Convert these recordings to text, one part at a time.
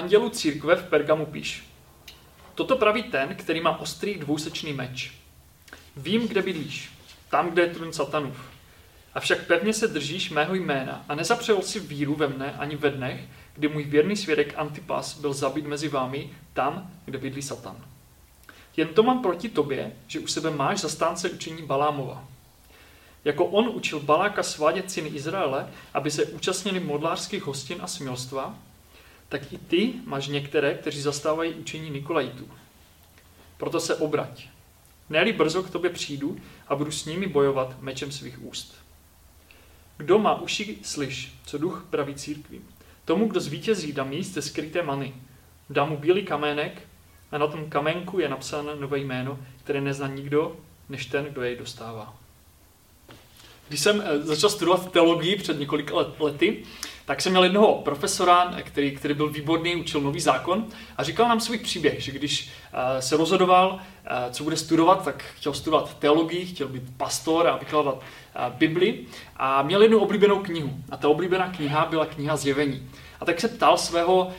andělu církve v Pergamu píš. Toto praví ten, který má ostrý dvousečný meč. Vím, kde bydlíš, tam, kde je trůn Satanův. Avšak pevně se držíš mého jména a nezapřel si víru ve mne ani ve dnech, kdy můj věrný svědek Antipas byl zabit mezi vámi, tam, kde bydlí Satan. Jen to mám proti tobě, že u sebe máš zastánce učení Balámova. Jako on učil Baláka svádět syny Izraele, aby se účastnili modlářských hostin a smilstva, tak i ty máš některé, kteří zastávají učení Nikolajitů. Proto se obrať. Ne-li brzo k tobě přijdu a budu s nimi bojovat mečem svých úst. Kdo má uši, slyš, co duch praví církvi. Tomu, kdo zvítězí, dám jíst ze skryté many. Dám mu bílý kamének a na tom kamenku je napsáno nové jméno, které nezná nikdo, než ten, kdo jej dostává. Když jsem začal studovat teologii před několika lety, tak jsem měl jednoho profesora, který byl výborný, učil Nový zákon a říkal nám svůj příběh, že když se rozhodoval, co bude studovat, tak chtěl studovat teologii, chtěl být pastor a vykládat Bibli a měl jednu oblíbenou knihu. A ta oblíbená kniha byla kniha Zjevení. A tak se ptal svého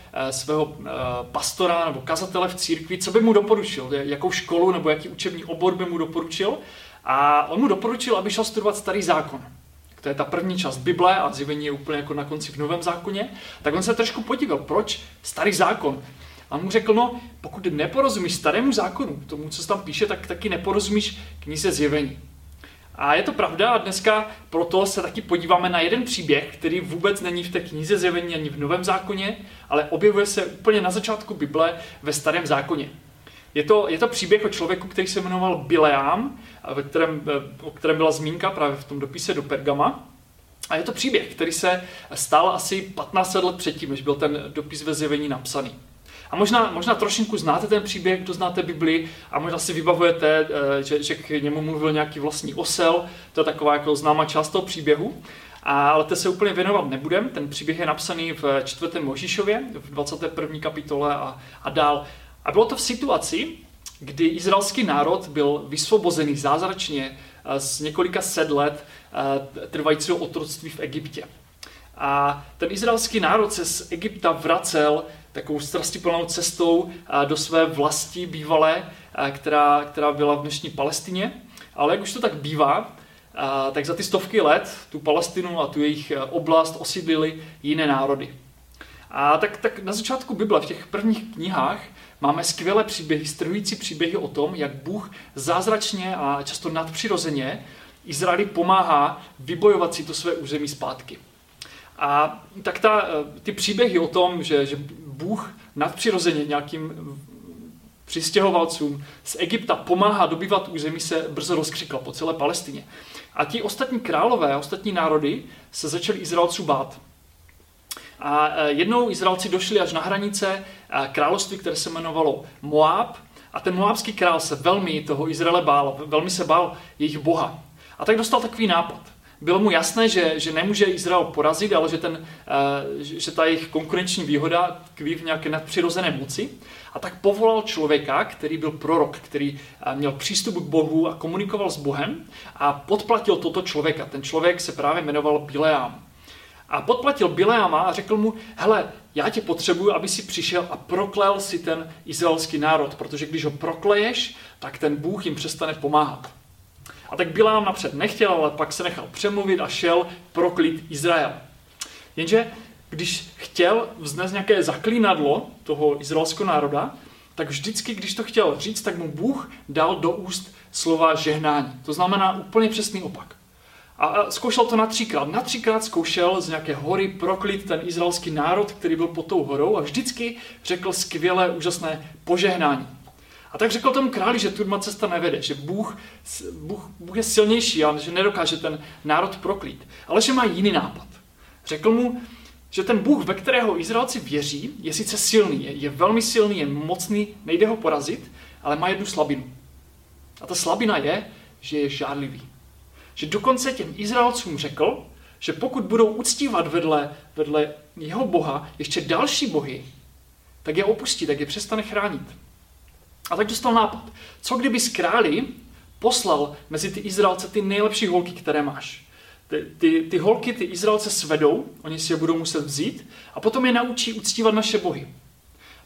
pastora nebo kazatele v církvi, co by mu doporučil, jakou školu nebo jaký učební obor by mu doporučil. A on mu doporučil, aby šel studovat Starý zákon. To je ta první část Bible a Zjevení je úplně jako na konci v Novém zákoně. Tak on se trošku podíval, proč Starý zákon. A on mu řekl, no, pokud neporozumíš Starému zákonu, tomu, co se tam píše, tak taky neporozumíš knize Zjevení. A je to pravda a dneska proto se taky podíváme na jeden příběh, který vůbec není v té knize Zjevení ani v Novém zákoně, ale objevuje se úplně na začátku Bible ve Starém zákoně. Je to příběh o člověku, který se jmenoval Bileám, o kterém byla zmínka právě v tom dopise do Pergama. A je to příběh, který se stal asi 1500 let předtím, než byl ten dopis ve Zjevení napsaný. A možná trošinku znáte ten příběh, kdo znáte Bibli, a možná si vybavujete, že k němu mluvil nějaký vlastní osel. To je taková jako známá část toho příběhu. Ale to se úplně věnovat nebudem. Ten příběh je napsaný v 4. Mojžíšově, v 21. kapitole a dál. A bylo to v situaci, kdy izraelský národ byl vysvobozený zázračně z několika set let trvajícího otroctví v Egyptě. A ten izraelský národ se z Egypta vracel takovou strastiplnou cestou do své vlasti bývalé, která byla v dnešní Palestině. Ale jak už to tak bývá, tak za ty stovky let tu Palestinu a tu jejich oblast osídlili jiné národy. A tak na začátku Bible, v těch prvních knihách, máme skvělé příběhy, strhující příběhy o tom, jak Bůh zázračně a často nadpřirozeně Izraeli pomáhá vybojovat si to své území zpátky. A tak ty příběhy o tom, že Bůh nadpřirozeně nějakým přistěhovalcům z Egypta pomáhá dobývat území, se brzo rozkřikla po celé Palestině. A ti ostatní králové, ostatní národy se začali Izraelců bát. A jednou Izraelci došli až na hranice království, které se jmenovalo Moab. A ten moabský král se velmi toho Izraele bál, velmi se bál jejich boha. A tak dostal takový nápad. Bylo mu jasné, že nemůže Izrael porazit, ale že ta jejich konkurenční výhoda tkví v nějaké nadpřirozené moci. A tak povolal člověka, který byl prorok, který měl přístup k Bohu a komunikoval s Bohem a podplatil toto člověka. Ten člověk se právě jmenoval Bileám. A podplatil Bileáma a řekl mu, hele, já tě potřebuju, aby si přišel a proklel si ten izraelský národ, protože když ho prokleješ, tak ten Bůh jim přestane pomáhat. A tak Bileám napřed nechtěl, ale pak se nechal přemluvit a šel proklít Izrael. Jenže když chtěl vznést nějaké zaklínadlo toho izraelského národa, tak vždycky, když to chtěl říct, tak mu Bůh dal do úst slova žehnání. To znamená úplně přesný opak. A zkoušel to na 3krát. Na 3krát zkoušel z nějaké hory proklít ten izraelský národ, který byl pod tou horou, a vždycky řekl skvělé, úžasné požehnání. A tak řekl tomu králi, že tudy cesta nevede, že Bůh je silnější a že nedokáže ten národ proklít. Ale že má jiný nápad. Řekl mu, že ten Bůh, ve kterého Izraelci věří, je sice silný, je velmi silný, je mocný, nejde ho porazit, ale má jednu slabinu. A ta slabina je, že je žárlivý. Že dokonce těm Izraelcům řekl, že pokud budou uctívat vedle jeho Boha ještě další bohy, tak je opustí, tak je přestane chránit. A tak dostal nápad. Co kdyby z králi poslal mezi ty Izraelce ty nejlepší holky, které máš? Ty holky, ty Izraelce svedou, oni si je budou muset vzít a potom je naučí uctívat naše bohy.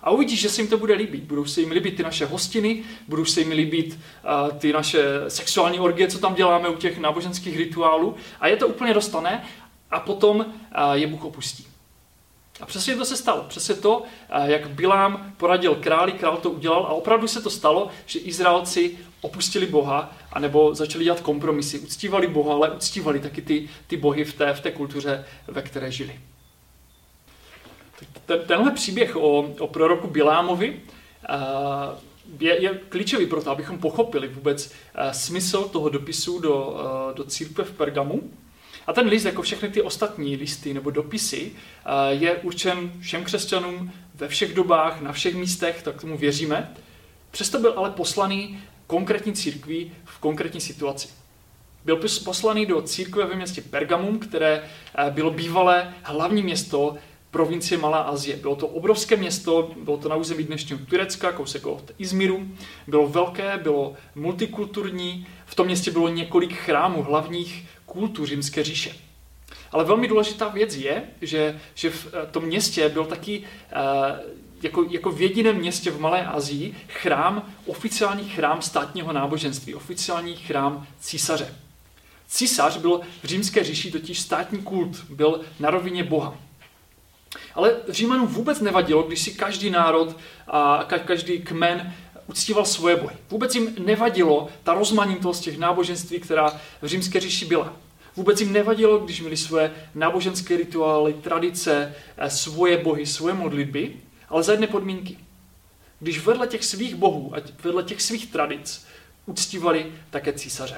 A uvidíš, že se jim to bude líbit. Budou se jim líbit ty naše hostiny, budou se jim líbit ty naše sexuální orgie, co tam děláme u těch náboženských rituálů. A je to úplně dostane a potom je Bůh opustí. A přesně to se stalo. Přesně to, jak Bilám poradil králi, král to udělal a opravdu se to stalo, že Izraelci opustili Boha anebo začali dělat kompromisy. Uctívali Boha, ale uctívali taky ty bohy v té kultuře, ve které žili. Tenhle příběh o proroku Bilámovi je klíčový pro to, abychom pochopili vůbec smysl toho dopisu do církve v Pergamu. A ten list, jako všechny ty ostatní listy nebo dopisy, je určen všem křesťanům ve všech dobách, na všech místech, tak tomu věříme. Přesto byl ale poslaný konkrétní církví v konkrétní situaci. Byl poslaný do církve ve městě Pergamum, které bylo bývalé hlavní město provincie Malá Asie. Bylo to obrovské město, bylo to na území dnešního Turecka, kousek od Izmiru. Bylo velké, bylo multikulturní, v tom městě bylo několik chrámů hlavních kultur Římské říše. Ale velmi důležitá věc je, že v tom městě byl taky jako v jediném městě v Malé Asii oficiální chrám státního náboženství, oficiální chrám císaře. Císař byl v Římské říši totiž státní kult, byl na rovině Boha. Ale Římanům vůbec nevadilo, když si každý národ a každý kmen uctíval svoje bohy. Vůbec jim nevadilo ta rozmanitost těch náboženství, která v Římské říši byla. Vůbec jim nevadilo, když měli svoje náboženské rituály, tradice, svoje bohy, svoje modlitby, ale za jedné podmínky. Když vedle těch svých bohů a vedle těch svých tradic uctívali také císaře.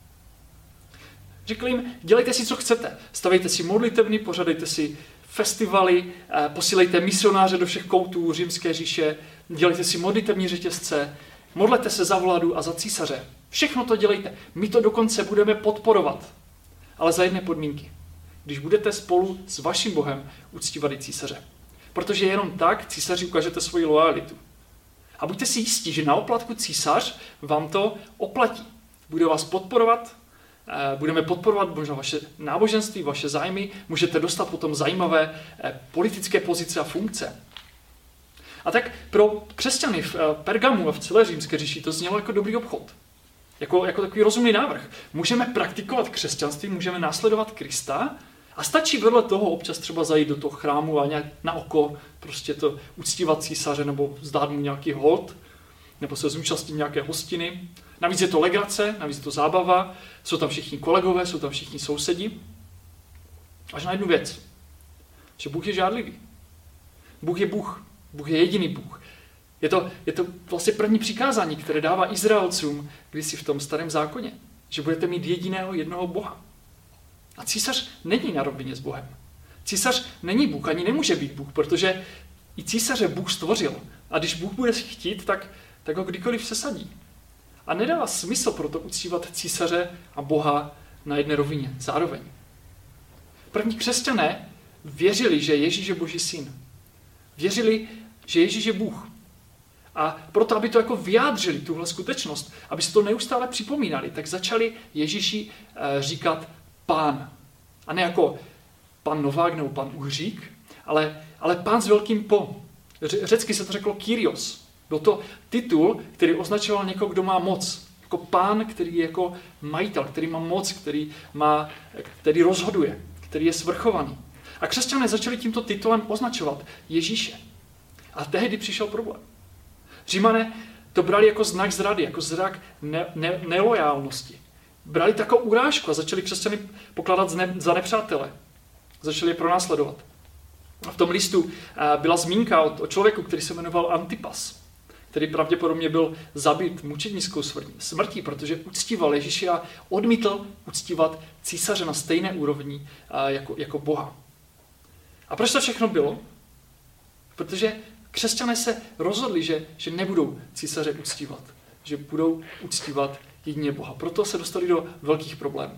Řekli jim, dělejte si, co chcete. Stavejte si modlitevny, pořadejte si festivaly, posílejte misionáře do všech koutů Římské říše, dělejte si modlitevní řetězce, modlete se za vládu a za císaře. Všechno to dělejte. My to dokonce budeme podporovat. Ale za jedné podmínky. Když budete spolu s vaším Bohem uctívat i císaře. Protože jenom tak císaři ukážete svoji lojalitu. A buďte si jistí, že na oplatku císař vám to oplatí. Bude vás podporovat, budeme podporovat možná vaše náboženství, vaše zájmy, můžete dostat potom zajímavé politické pozice a funkce. A tak pro křesťany v Pergamu a v celé Římské říši to znělo jako dobrý obchod. Jako takový rozumný návrh. Můžeme praktikovat křesťanství, můžeme následovat Krista a stačí vedle toho občas třeba zajít do toho chrámu a nějak na oko prostě to uctívat císaře nebo vzdát mu nějaký hold, nebo se zúčastnit nějaké hostiny. Navíc je to legrace, navíc je to zábava, jsou tam všichni kolegové, jsou tam všichni sousedi. Až na jednu věc, že Bůh je žádlivý. Bůh je Bůh, Bůh je jediný Bůh. Je to vlastně první přikázání, které dává Izraelcům kdysi v tom starém zákoně, že budete mít jediného jednoho Boha. A císař není na rovině s Bohem. Císař není Bůh, ani nemůže být Bůh, protože i císaře Bůh stvořil. A když Bůh bude chtít, tak ho kdykoliv sesadí. A nedává smysl proto uctívat císaře a Boha na jedné rovině zároveň. První křesťané věřili, že Ježíš je Boží syn. Věřili, že Ježíš je Bůh. A proto, aby to jako vyjádřili, tuhle skutečnost, aby se to neustále připomínali, tak začali Ježíši říkat Pán. A ne jako pan Novák nebo pan Uhřík, ale Pán s velkým po. Řecky se to řeklo Kyrios. Byl to titul, který označoval někoho, kdo má moc. Jako pán, který je jako majitel, který má moc, který rozhoduje, který je svrchovaný. A křesťané začali tímto titulem označovat Ježíše. A tehdy přišel problém. Římané to brali jako znak zrady, jako znak nelojálnosti. Brali takovou urážku a začali křesťany pokládat za nepřátele. Začali je pronásledovat. A v tom listu byla zmínka o člověku, který se jmenoval Antipas, který pravděpodobně byl zabit mučednickou smrtí, protože uctíval Ježíše a odmítl uctívat císaře na stejné úrovni jako Boha. A proč to všechno bylo? Protože křesťané se rozhodli, že nebudou císaře uctívat, že budou uctívat jedině Boha. Proto se dostali do velkých problémů.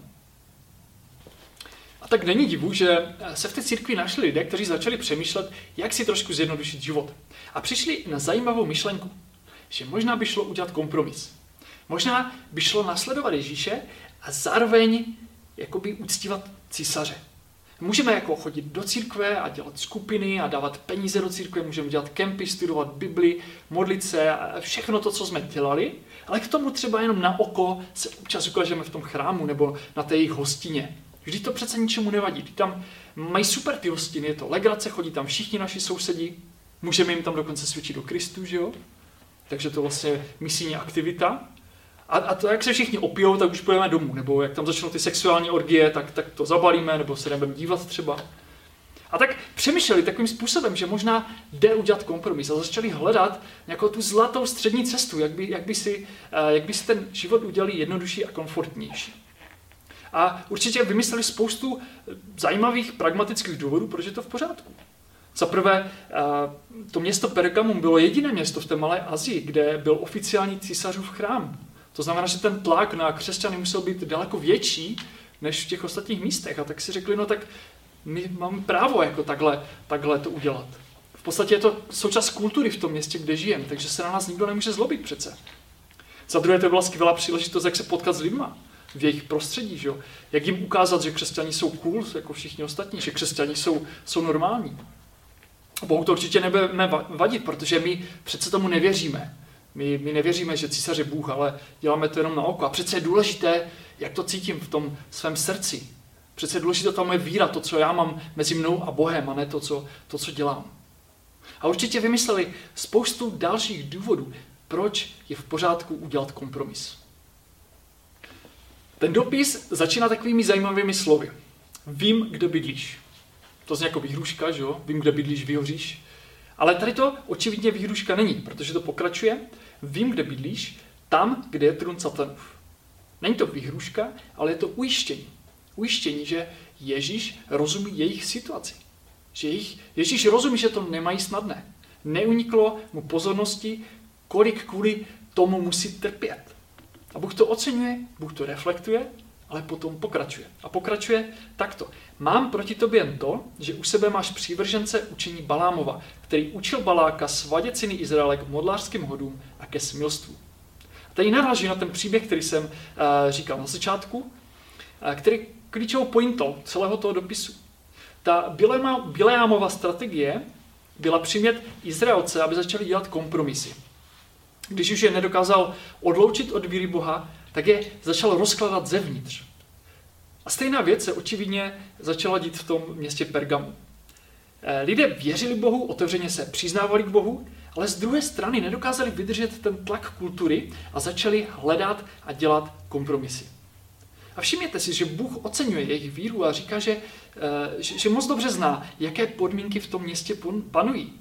A tak není divu, že se v té církvi našli lidé, kteří začali přemýšlet, jak si trošku zjednodušit život. A přišli na zajímavou myšlenku, že možná by šlo udělat kompromis. Možná by šlo nasledovat Ježíše a zároveň jakoby uctívat císaře. Můžeme jako chodit do církve a dělat skupiny a dávat peníze do církve, můžeme dělat kempy, studovat Bibli, modlit se a všechno to, co jsme dělali, ale k tomu třeba jenom na oko se občas ukážeme v tom chrámu nebo na té jejich hostině. Vždyť to přece ničemu nevadí. Tam mají super ty hostiny, je to legrace, chodí tam všichni naši sousedi, můžeme jim tam dokonce svědčit o Kristu, že jo? Takže to vlastně misijní aktivita. A to, jak se všichni opijou, tak už půjdeme domů. Nebo jak tam začnou ty sexuální orgie, tak to zabalíme, nebo se nebudeme dívat třeba. A tak přemýšleli takovým způsobem, že možná jde udělat kompromis. A začali hledat nějakou tu zlatou střední cestu, jak by si ten život udělali jednodušší a komfortnější. A určitě vymysleli spoustu zajímavých pragmatických důvodů, proč je to v pořádku. Za prvé, to město Pergamum bylo jediné město v té malé Asii, kde byl oficiální císařův chrám. To znamená, že ten tlak na křesťany musel být daleko větší než v těch ostatních místech. A tak si řekli, no tak my máme právo jako takhle to udělat. V podstatě je to součást kultury v tom městě, kde žijeme, takže se na nás nikdo nemůže zlobit přece. Za druhé, to byla skvělá příležitost, jak se potkat s lidma v jejich prostředí, že jo? Jak jim ukázat, že křesťani jsou cool, jako všichni ostatní, že křesťani jsou normální. Bohu to určitě nebudeme vadit, protože my přece tomu nevěříme. My nevěříme, že císař je Bůh, ale děláme to jenom na oko. A přece je důležité, jak to cítím v tom svém srdci. Přece je důležité ta moje víra, to, co já mám mezi mnou a Bohem, a ne to, co dělám. A určitě vymysleli spoustu dalších důvodů, proč je v pořádku udělat kompromis. Ten dopis začíná takovými zajímavými slovy. Vím, kde bydlíš. To zní jako výhruška, že jo? Vím, kde bydlíš, vyhoříš. Ale tady to očividně výhruška není, protože to pokračuje. Vím, kde bydlíš, tam, kde je trůn satanův. Není to výhruška, ale je to ujištění. Ujištění, že Ježíš rozumí jejich situaci. Že Ježíš rozumí, že to nemají snadné. Neuniklo mu pozornosti, kolik kvůli tomu musí trpět. A Bůh to oceňuje, Bůh to reflektuje, ale potom pokračuje. A pokračuje takto. Mám proti tobě jen to, že u sebe máš přívržence učení Balámova, který učil Baláka svadět syny Izraele k modlářským hodům a ke smilstvu. A tady naráží na ten příběh, který jsem říkal na začátku, který klíčovou pointou celého toho dopisu. Ta Bileámova strategie byla přimět Izraelce, aby začali dělat kompromisy. Když už je nedokázal odloučit od víry Boha, tak je začal rozkladat zevnitř. A stejná věc se očividně začala dít v tom městě Pergamu. Lidé věřili Bohu, otevřeně se přiznávali k Bohu, ale z druhé strany nedokázali vydržet ten tlak kultury a začali hledat a dělat kompromisy. A všimněte si, že Bůh oceňuje jejich víru a říká, že moc dobře zná, jaké podmínky v tom městě panují.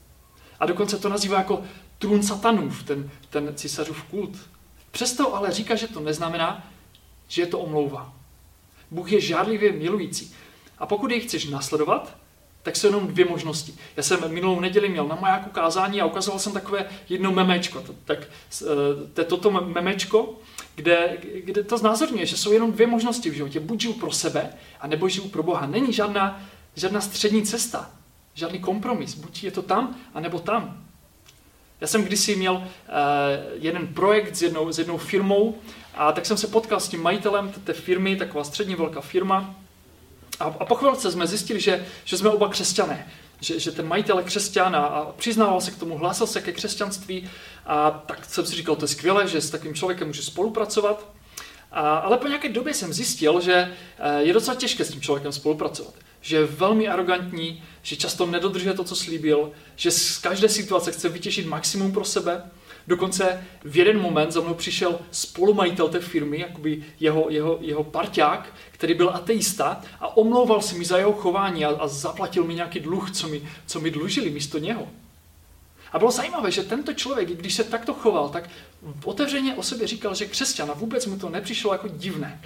A dokonce to nazývá jako trůn satanův, ten císařův kult. Přesto ale říká, že to neznamená, že je to omlouvá. Bůh je žádlivě milující. A pokud jej chceš nasledovat, tak jsou jenom dvě možnosti. Já jsem minulou neděli měl na majáku kázání a ukazoval jsem takové jedno memečko. To je toto memečko, kde to znázorňuje, že jsou jenom dvě možnosti v životě. Buď žiju pro sebe, anebo žiju pro Boha. Není žádná střední cesta, žádný kompromis. Buď je to tam, anebo tam. Já jsem kdysi měl jeden projekt s jednou firmou a tak jsem se potkal s tím majitelem té firmy, taková středně velká firma. A po chvilce jsme zjistili, že jsme oba křesťané. Že ten majitel je křesťan a přiznával se k tomu, hlásil se ke křesťanství. A tak jsem si říkal, to je skvělé, že s takovým člověkem můžu spolupracovat. Ale po nějaké době jsem zjistil, že je docela těžké s tím člověkem spolupracovat. Že je velmi arrogantní, že často nedodržuje to, co slíbil, že z každé situace chce vytěžit maximum pro sebe. Dokonce v jeden moment za mnou přišel spolumajitel té firmy, jakoby jeho parťák, který byl ateista a omlouval si mi za jeho chování a zaplatil mi nějaký dluh, co mi dlužili místo něho. A bylo zajímavé, že tento člověk, když se takto choval, tak otevřeně o sobě říkal, že křesťan a vůbec mu to nepřišlo jako divné.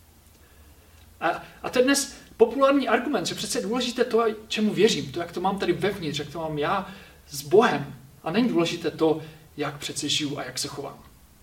A to je dnes populární argument, že přece je důležité to, čemu věřím, to, jak to mám tady vevnitř, jak to mám já s Bohem. A není důležité to, jak přece žiju a jak se chovám.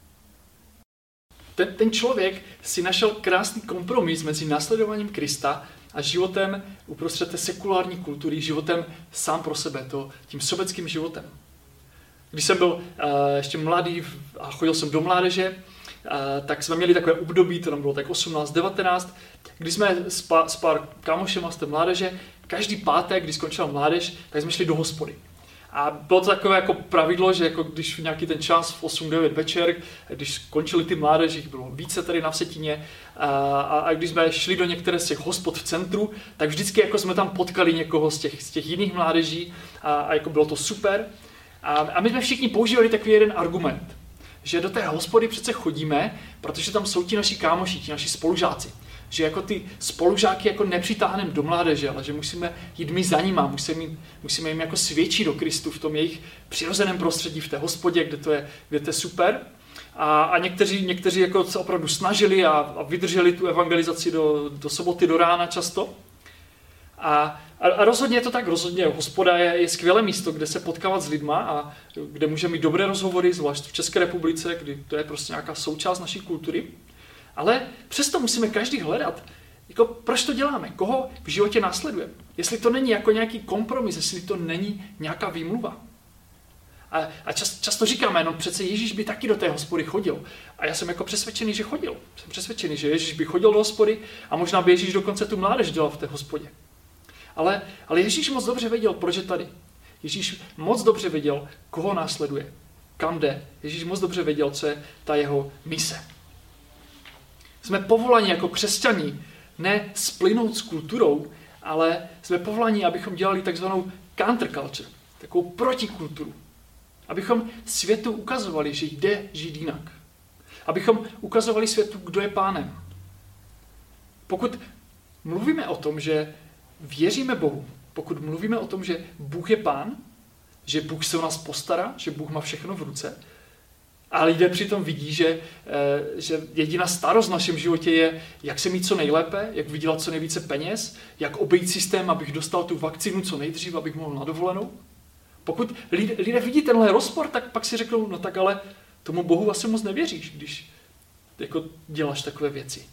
Ten člověk si našel krásný kompromis mezi následováním Krista a životem uprostřed té sekulární kultury, životem sám pro sebe, tím sobeckým životem. Když jsem byl ještě mladý a chodil jsem do mládeže, tak jsme měli takové období, to nám bylo tak 18, 19, kdy jsme s pár kámošema z té mládeže, každý pátek, když skončila mládež, tak jsme šli do hospody. A bylo to takové jako pravidlo, že jako když nějaký ten čas v 8-9 večer, když skončili ty mládeže, jich bylo více tady na Vsetíně, a když jsme šli do některé z těch hospod v centru, tak vždycky jako jsme tam potkali někoho z těch jiných mládeží a jako bylo to super. A my jsme všichni používali takový jeden argument, že do té hospody přece chodíme, protože tam jsou ti naši kámoši, ti naši spolužáci. Že jako ty spolužáky jako nepřitáhneme do mládeže, ale že musíme jít my za nima, musíme jim jako svědčit o Kristu v tom jejich přirozeném prostředí, v té hospodě, kde to je super. A někteří jako se opravdu snažili a vydrželi tu evangelizaci do soboty, do rána často. A rozhodně je to tak, rozhodně hospoda je skvělé místo, kde se potkávat s lidma a kde můžeme mít dobré rozhovory, zvlášť v České republice, kdy to je prostě nějaká součást naší kultury. Ale přesto musíme každý hledat, jako proč to děláme, koho v životě následujeme. Jestli to není jako nějaký kompromis, jestli to není nějaká výmluva. A často říkáme, no přece Ježíš by taky do té hospody chodil. A já jsem jako přesvědčený, že chodil. Jsem přesvědčený, že Ježíš by chodil do hospody a možná by Ježíš dokonce tu mládež dělal v té hospodě. Ale Ježíš moc dobře věděl, proč je tady. Ježíš moc dobře věděl, koho následuje, kam jde. Ježíš moc dobře věděl, co je ta jeho mise. Jsme povoláni jako křesťaní ne splynout s kulturou, ale jsme povoláni, abychom dělali takzvanou counterculture, takovou protikulturu. Abychom světu ukazovali, že jde žít jinak. Abychom ukazovali světu, kdo je pánem. Pokud mluvíme o tom, že věříme Bohu, pokud mluvíme o tom, že Bůh je pán, že Bůh se o nás postará, že Bůh má všechno v ruce, a lidé přitom vidí, že jediná starost v našem životě je, jak se mít co nejlépe, jak vydělat co nejvíce peněz, jak obejít systém, abych dostal tu vakcínu co nejdřív, abych mohl na dovolenou. Pokud lidé vidí tenhle rozpor, tak pak si řeknou, no tak ale tomu Bohu asi moc nevěříš, když jako děláš takové věci.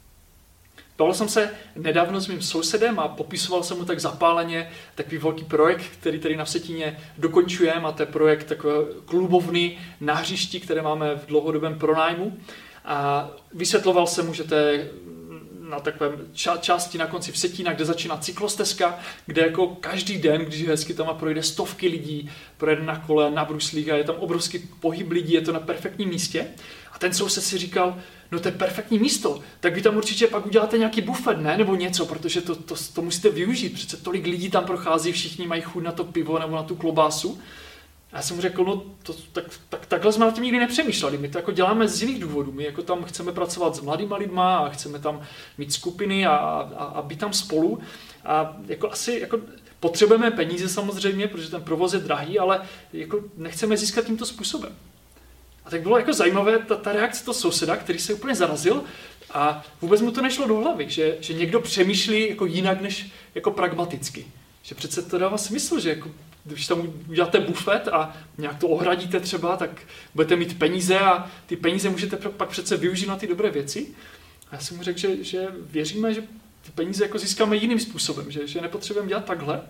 Bavil jsem se nedávno s mým sousedem a popisoval jsem mu tak zapáleně takový velký projekt, který tady na Vsetíně dokončujeme, a to je projekt takové klubovny na hřišti, které máme v dlouhodobém pronájmu. A vysvětloval jsem mu, že to je na takové části na konci Vsetína, kde začíná cyklostezka, kde jako každý den, když hezky tam projde stovky lidí, projede na kole, na bruslích a je tam obrovský pohyb lidí, je to na perfektním místě. A ten soused si říkal, no to je perfektní místo, tak vy tam určitě pak uděláte nějaký bufet, ne? Nebo něco, protože to musíte využít, přece tolik lidí tam prochází, všichni mají chuť na to pivo nebo na tu klobásu. A já jsem mu řekl, no takhle jsme na tím nikdy nepřemýšleli, my to jako děláme z jiných důvodů, my jako tam chceme pracovat s mladýma lidma a chceme tam mít skupiny a být tam spolu. A jako asi jako potřebujeme peníze samozřejmě, protože ten provoz je drahý, ale jako nechceme získat tímto způsobem. A tak bylo jako zajímavé ta reakce toho souseda, který se úplně zarazil a vůbec mu to nešlo do hlavy, že někdo přemýšlí jako jinak než jako pragmaticky. Že přece to dává smysl, že jako, když tam uděláte bufet a nějak to ohradíte třeba, tak budete mít peníze a ty peníze můžete pak přece využít na ty dobré věci. A já jsem mu řekl, že věříme, že ty peníze jako získáme jiným způsobem, že nepotřebujeme dělat takhle.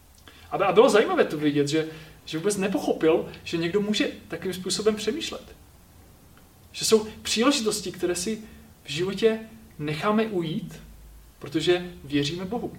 A bylo zajímavé to vidět, že vůbec nepochopil, že někdo může takovým způsobem přemýšlet. Že jsou příležitosti, které si v životě necháme ujít, protože věříme Bohu.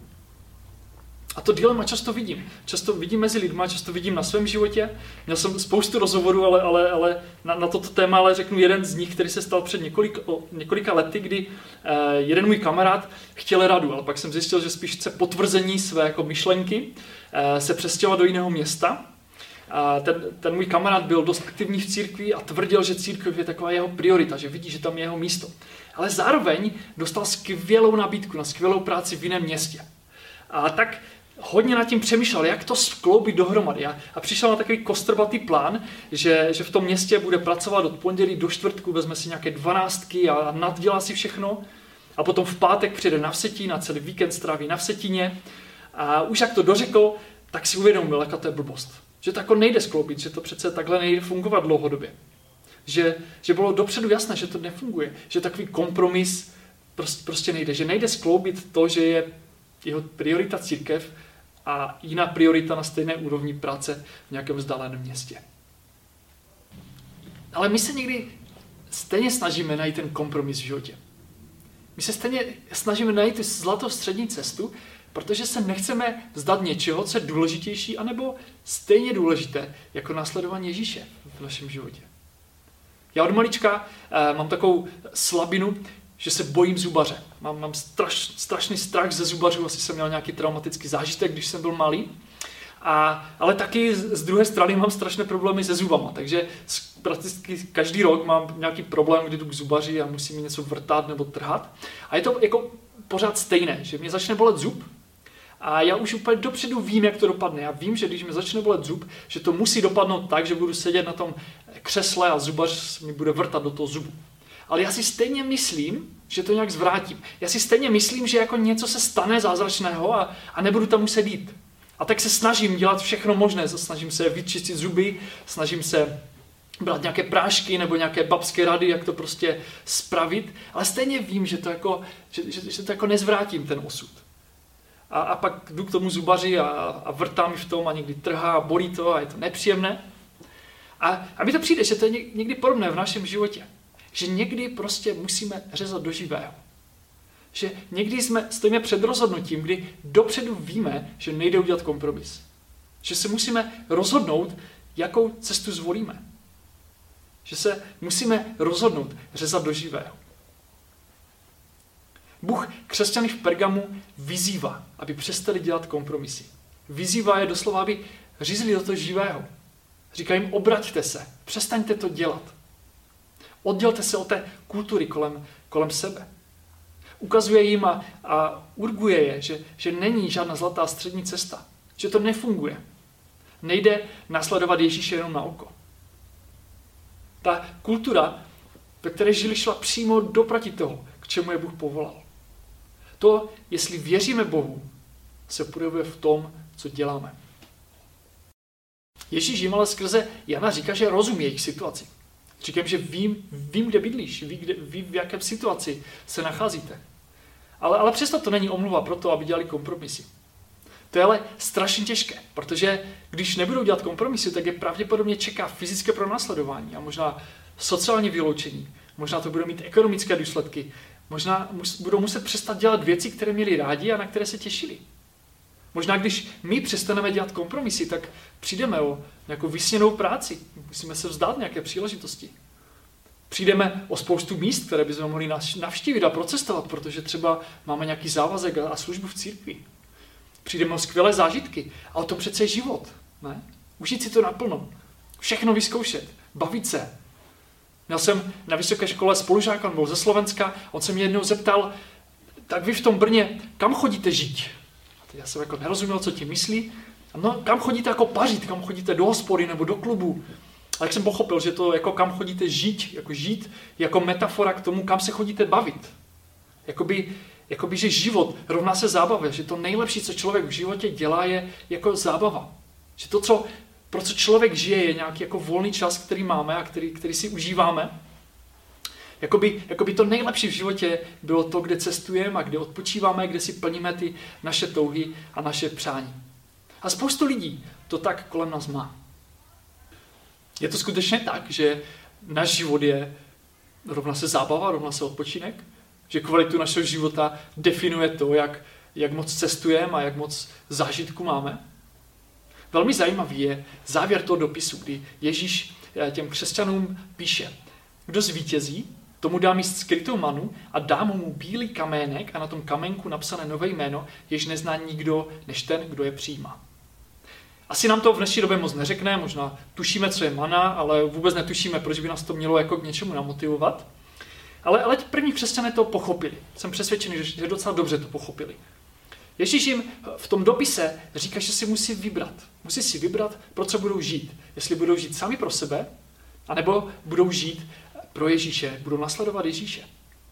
A to dilema často vidím. Často vidím mezi lidma, často vidím na svém životě. Měl jsem spoustu rozhovorů, ale na toto téma ale řeknu jeden z nich, který se stal před několika lety, kdy jeden můj kamarád chtěl radu, ale pak jsem zjistil, že spíš chce potvrzení své jako myšlenky, se přestěhovat do jiného města. A ten můj kamarád byl dost aktivní v církvi a tvrdil, že církev je taková jeho priorita, že vidí, že tam je jeho místo. Ale zároveň dostal skvělou nabídku na skvělou práci v jiném městě. A tak hodně nad tím přemýšlel, jak to skloubit dohromady. A přišel na takový kostrbatý plán, že v tom městě bude pracovat od pondělí do čtvrtku, vezme si nějaké 12 a naddělá si všechno. A potom v pátek přijde na Vsetín a celý víkend stráví na Vsetíně. A už jak to dořekl, tak si uvědomil, jaká to je blbost. Že to jako nejde skloubit, že to přece takhle nejde fungovat dlouhodobě. Že bylo dopředu jasné, že to nefunguje. Že takový kompromis prostě nejde. Že nejde skloubit to, že je jeho priorita církev a jiná priorita na stejné úrovni práce v nějakém vzdáleném městě. Ale my se někdy stejně snažíme najít ten kompromis v životě. My se stejně snažíme najít tu zlatou střední cestu, protože se nechceme vzdát něčeho, co je důležitější, anebo stejně důležité jako následování Ježíše v našem životě. Já od malička mám takovou slabinu, že se bojím zubaře. Mám strašný strach ze zubařů, asi jsem měl nějaký traumatický zážitek, když jsem byl malý. Ale taky z druhé strany mám strašné problémy se zubama, takže prakticky každý rok mám nějaký problém, kdy jdu k zubaři a musím mi něco vrtat nebo trhat. A je to jako pořád stejné, že mě začne bolet zub a já už úplně dopředu vím, jak to dopadne. Já vím, že když mi začne bolet zub, že to musí dopadnout tak, že budu sedět na tom křesle a zubař mi bude vrtat do toho zubu. Ale já si stejně myslím, že to nějak zvrátím. Já si stejně myslím, že jako něco se stane zázračného a nebudu tam muset jít. A tak se snažím dělat všechno možné. Snažím se vyčistit zuby, snažím se brát nějaké prášky nebo nějaké babské rady, jak to prostě spravit. Ale stejně vím, že to jako nezvrátím ten osud. A pak jdu k tomu zubaři a vrtám mi v tom a někdy trhá a bolí to a je to nepříjemné. A mi to přijde, že to je někdy podobné v našem životě. Že někdy prostě musíme řezat do živého. Že někdy stojíme před rozhodnutím, kdy dopředu víme, že nejde udělat kompromis. Že se musíme rozhodnout, jakou cestu zvolíme. Že se musíme rozhodnout řezat do živého. Bůh křesťany v Pergamu vyzývá, aby přestali dělat kompromisy. Vyzývá je doslova, aby řízli do toho živého. Říká jim, obraťte se, přestaňte to dělat. Oddělte se od té kultury kolem sebe. Ukazuje jim a urguje je, že není žádná zlatá střední cesta. Že to nefunguje. Nejde následovat Ježíše jenom na oko. Ta kultura, ve které žili, šla přímo doproti toho, k čemu je Bůh povolal. To, jestli věříme Bohu, se projevuje v tom, co děláme. Ježíš jim ale skrze Jana říká, že rozumí jejich situaci. Říkám, že vím, kde bydlíš, ví, v jaké situaci se nacházíte. Ale přesto to není omluva pro to, aby dělali kompromisy. To je ale strašně těžké, protože když nebudou dělat kompromisy, tak je pravděpodobně čeká fyzické pronásledování a možná sociální vyloučení. Možná to bude mít ekonomické důsledky. Možná budou muset přestat dělat věci, které měli rádi a na které se těšili. Možná když my přestaneme dělat kompromisy, tak přijdeme o nějakou vysněnou práci. Musíme se vzdát nějaké příležitosti. Přijdeme o spoustu míst, které bychom mohli navštívit a procestovat, protože třeba máme nějaký závazek a službu v církvi. Přijdeme o skvělé zážitky. A o tom přece je život. Ne? Užít si to naplno. Všechno vyzkoušet. Bavit se. Měl jsem na vysoké škole spolužáka, on byl ze Slovenska, on se mě jednou zeptal, tak vy v tom Brně, kam chodíte žít? Já jsem jako nerozuměl, co tím myslí. No, kam chodíte jako pařit, kam chodíte do hospody nebo do klubu. A tak jsem pochopil, že to jako kam chodíte žít jako metafora k tomu, kam se chodíte bavit. Jakoby, že život rovná se zábavě, že to nejlepší, co člověk v životě dělá, je jako zábava. Že to, pro co člověk žije, je nějaký jako volný čas, který máme a který si užíváme. Jakoby to nejlepší v životě bylo to, kde cestujeme a kde odpočíváme, kde si plníme ty naše touhy a naše přání. A spoustu lidí to tak kolem nás má. Je to skutečně tak, že náš život je rovná se zábava, rovná se odpočinek? Že kvalitu našeho života definuje to, jak moc cestujeme a jak moc zážitku máme? Velmi zajímavý je závěr toho dopisu, kdy Ježíš těm křesťanům píše, kdo zvítězí, tomu dá mít skrytou manu a dá mu bílý kamének a na tom kamenku napsané nové jméno, jež nezná nikdo než ten, kdo je přijímá. Asi nám to v dnešní době moc neřekne, možná tušíme, co je mana, ale vůbec netušíme, proč by nás to mělo jako k něčemu namotivovat. Ale první křesťané to pochopili. Jsem přesvědčený, že docela dobře to pochopili. Ježíš jim v tom dopise říká, že si musí vybrat. Musí si vybrat, pro co budou žít. Jestli budou žít sami pro sebe, anebo budou žít pro Ježíše, budou následovat Ježíše.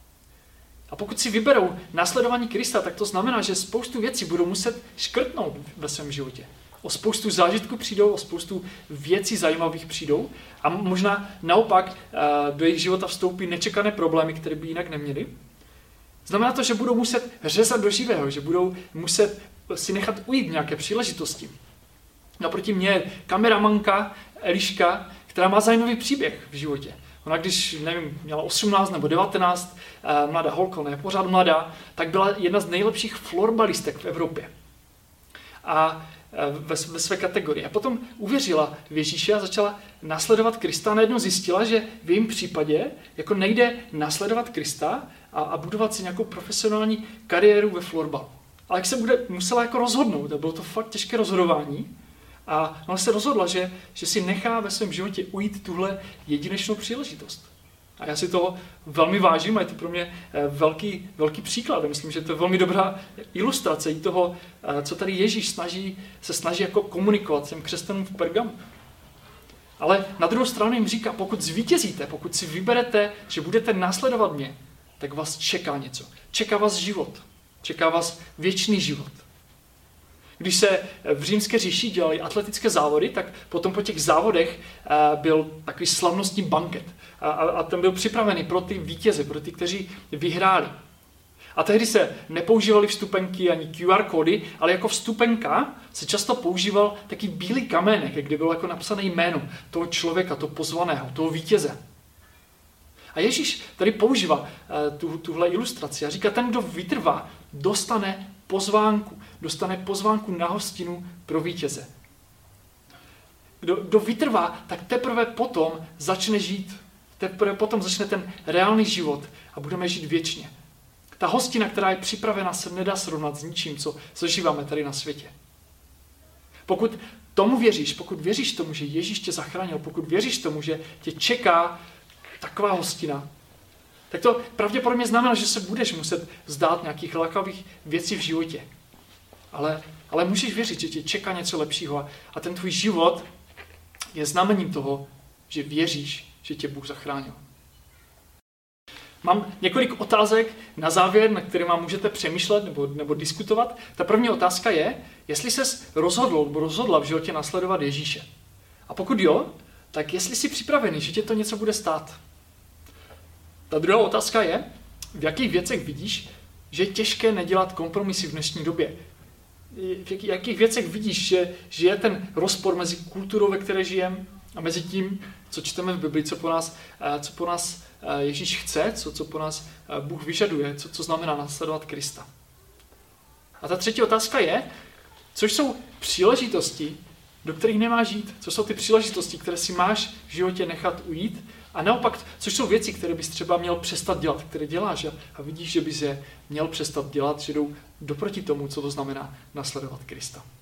A pokud si vyberou následování Krista, tak to znamená, že spoustu věcí budou muset škrtnout ve svém životě. O spoustu zážitků přijdou, o spoustu věcí zajímavých přijdou a možná naopak do jejich života vstoupí nečekané problémy, které by jinak neměli. Znamená to, že budou muset řezat do živého, že budou muset si nechat ujít nějaké příležitosti. Naproti mě je kameramanka Eliška, která má zajímavý příběh v životě. Ona když, nevím, měla 18 nebo 19, mladá holka, ne, pořád mladá, tak byla jedna z nejlepších florbalistek v Evropě. A ve své kategorii. A potom uvěřila v Ježíše a začala následovat Krista a najednou zjistila, že v jejím případě jako nejde následovat Krista a budovat si nějakou profesionální kariéru ve florbalu. Ale jak se musela jako rozhodnout, a bylo to fakt těžké rozhodování, a ona se rozhodla, že si nechá ve svém životě ujít tuhle jedinečnou příležitost. A já si toho velmi vážím a je to pro mě velký příklad. Myslím, že to je velmi dobrá ilustrace i toho, co tady Ježíš se snaží jako komunikovat těm křesťanům v Pergamu. Ale na druhou stranu jim říká, pokud zvítězíte, pokud si vyberete, že budete následovat mě, tak vás čeká něco. Čeká vás život. Čeká vás věčný život. Když se v římské říši dělali atletické závody, tak potom po těch závodech byl takový slavnostní banket. A ten byl připravený pro ty vítěze, pro ty, kteří vyhráli. A tehdy se nepoužívaly vstupenky ani QR kódy, ale jako vstupenka se často používal taky bílý kamének, kde bylo jako napsané jméno toho člověka, toho pozvaného, toho vítěze. A Ježíš tady používá tuhle ilustraci a říká, ten, kdo vytrvá, dostane pozvánku na hostinu pro vítěze. Kdo vytrvá, tak teprve potom začne žít. Teprve potom začne ten reálný život a budeme žít věčně. Ta hostina, která je připravena, se nedá srovnat s ničím, co zažíváme tady na světě. Pokud tomu věříš, pokud věříš tomu, že Ježíš tě zachránil, pokud věříš tomu, že tě čeká taková hostina, tak to pravděpodobně znamená, že se budeš muset vzdát nějakých lákavých věcí v životě. Ale můžeš věřit, že tě čeká něco lepšího a ten tvůj život je znamením toho, že věříš, že tě Bůh zachránil. Mám několik otázek na závěr, na kterými můžete přemýšlet nebo diskutovat. Ta první otázka je, jestli ses rozhodl nebo rozhodla v životě nasledovat Ježíše. A pokud jo, tak jestli jsi připravený, že tě to něco bude stát. Ta druhá otázka je, v jakých věcech vidíš, že je těžké nedělat kompromisy v dnešní době. V jakých věcech vidíš, že je ten rozpor mezi kulturou, ve které žijeme, a mezi tím, co čteme v Bibli, co po nás Ježíš chce, co po nás Bůh vyžaduje, co znamená následovat Krista. A ta třetí otázka je, co jsou příležitosti, do kterých nemáš žít, co jsou ty příležitosti, které si máš v životě nechat ujít, a naopak, což jsou věci, které bys třeba měl přestat dělat, které děláš a vidíš, že bys je měl přestat dělat, že jdou doproti tomu, co to znamená nasledovat Krista.